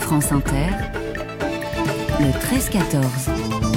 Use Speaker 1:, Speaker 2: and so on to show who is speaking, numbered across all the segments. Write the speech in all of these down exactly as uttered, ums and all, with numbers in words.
Speaker 1: France Inter, le treize quatorze.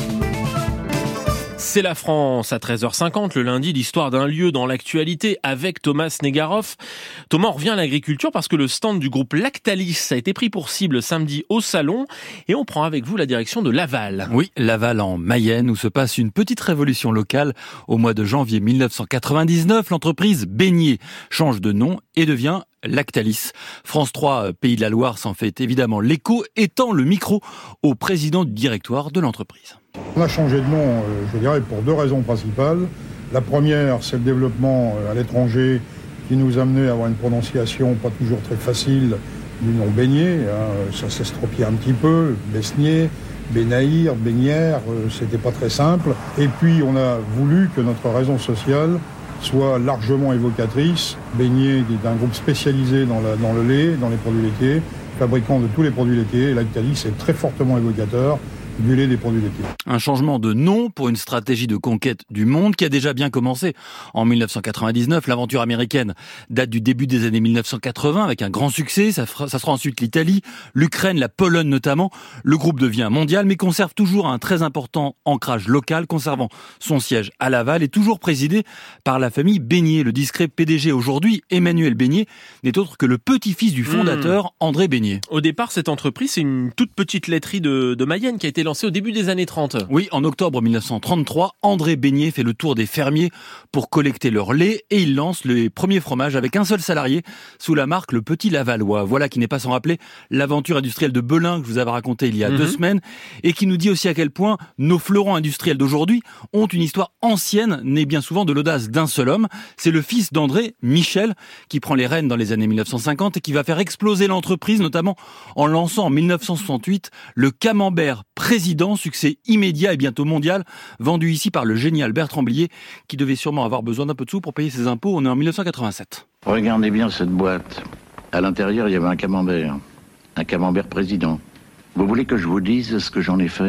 Speaker 2: C'est la France à treize heures cinquante, le lundi, l'histoire d'un lieu dans l'actualité avec Thomas Negaroff. Thomas, on revient à l'agriculture parce que le stand du groupe Lactalis a été pris pour cible samedi au Salon et on prend avec vous la direction de Laval.
Speaker 3: Oui, Laval en Mayenne où se passe une petite révolution locale. Au mois de janvier mille neuf cent quatre-vingt-dix-neuf, l'entreprise Beignet change de nom et devient Lactalis. France trois, Pays de la Loire, s'en fait évidemment l'écho, étend le micro au président du directoire de l'entreprise.
Speaker 4: On a changé de nom, je dirais, pour deux raisons principales. La première, c'est le développement à l'étranger qui nous a amené à avoir une prononciation pas toujours très facile du nom Beignet. Ça s'estropiait un petit peu, Besnier, Benaïr, Beignière, c'était pas très simple. Et puis on a voulu que notre raison sociale soit largement évocatrice. Beignet est un groupe spécialisé dans, la, dans le lait, dans les produits laitiers, fabricant de tous les produits laitiers. Et Lactalis est très fortement évocateur du lait, des produits laitiers.
Speaker 3: Un changement de nom pour une stratégie de conquête du monde qui a déjà bien commencé. En mille neuf cent quatre-vingt-dix-neuf, l'aventure américaine date du début des années mille neuf cent quatre-vingts avec un grand succès. Ça, fera, ça sera ensuite l'Italie, l'Ukraine, la Pologne notamment. Le groupe devient mondial mais conserve toujours un très important ancrage local, conservant son siège à Laval et toujours présidé par la famille Beignet. Le discret P D G aujourd'hui, Emmanuel Beignet, n'est autre que le petit-fils du fondateur, mmh. André Beignet.
Speaker 2: Au départ, cette entreprise, c'est une toute petite laiterie de, de Mayenne qui a été lancé au début des années trente.
Speaker 3: Oui, en octobre mille neuf cent trente-trois, André Beignet fait le tour des fermiers pour collecter leur lait et il lance les premiers fromages avec un seul salarié sous la marque Le Petit Lavallois. Voilà qui n'est pas sans rappeler l'aventure industrielle de Belin que je vous avais racontée il y a mmh. deux semaines et qui nous dit aussi à quel point nos fleurons industriels d'aujourd'hui ont une histoire ancienne, née bien souvent de l'audace d'un seul homme. C'est le fils d'André, Michel, qui prend les rênes dans les années mille neuf cent cinquante et qui va faire exploser l'entreprise, notamment en lançant en mille neuf cent soixante-huit le Camembert Président, succès immédiat et bientôt mondial, vendu ici par le génial Bertrand Blier, qui devait sûrement avoir besoin d'un peu de sous pour payer ses impôts. On est en mille neuf cent quatre-vingt-sept.
Speaker 5: Regardez bien cette boîte. À l'intérieur, il y avait un camembert. Un camembert Président. Vous voulez que je vous dise ce que j'en ai fait ?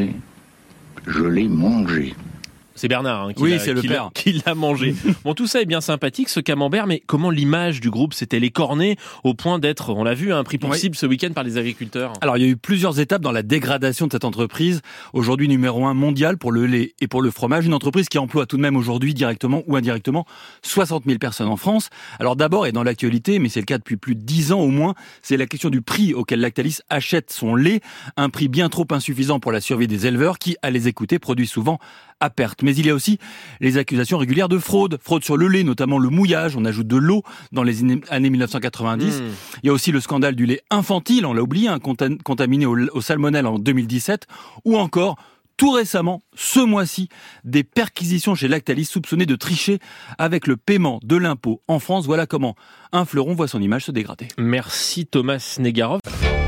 Speaker 5: Je l'ai mangé.
Speaker 2: C'est Bernard hein, qui,
Speaker 3: oui,
Speaker 2: l'a,
Speaker 3: c'est le
Speaker 2: qui,
Speaker 3: père.
Speaker 2: l'a, qui l'a mangé. Bon, tout ça est bien sympathique, ce camembert, mais comment l'image du groupe s'est-elle écornée au point d'être, on l'a vu, un prix pour oui. cible ce week-end par les agriculteurs ?
Speaker 3: Alors, il y a eu plusieurs étapes dans la dégradation de cette entreprise. Aujourd'hui, numéro un mondial pour le lait et pour le fromage. Une entreprise qui emploie tout de même aujourd'hui, directement ou indirectement, soixante mille personnes en France. Alors d'abord, et dans l'actualité, mais c'est le cas depuis plus de dix ans au moins, c'est la question du prix auquel Lactalis achète son lait. Un prix bien trop insuffisant pour la survie des éleveurs qui, à les écouter, produisent souvent à perte. Mais il y a aussi les accusations régulières de fraude. Fraude sur le lait, notamment le mouillage. On ajoute de l'eau dans les années mille neuf cent quatre-vingt-dix. Mmh. Il y a aussi le scandale du lait infantile, on l'a oublié, hein, contaminé au, au salmonelle en deux mille dix-sept. Ou encore, tout récemment, ce mois-ci, des perquisitions chez Lactalis soupçonnées de tricher avec le paiement de l'impôt en France. Voilà comment un fleuron voit son image se dégrader.
Speaker 2: Merci Thomas Negaroff.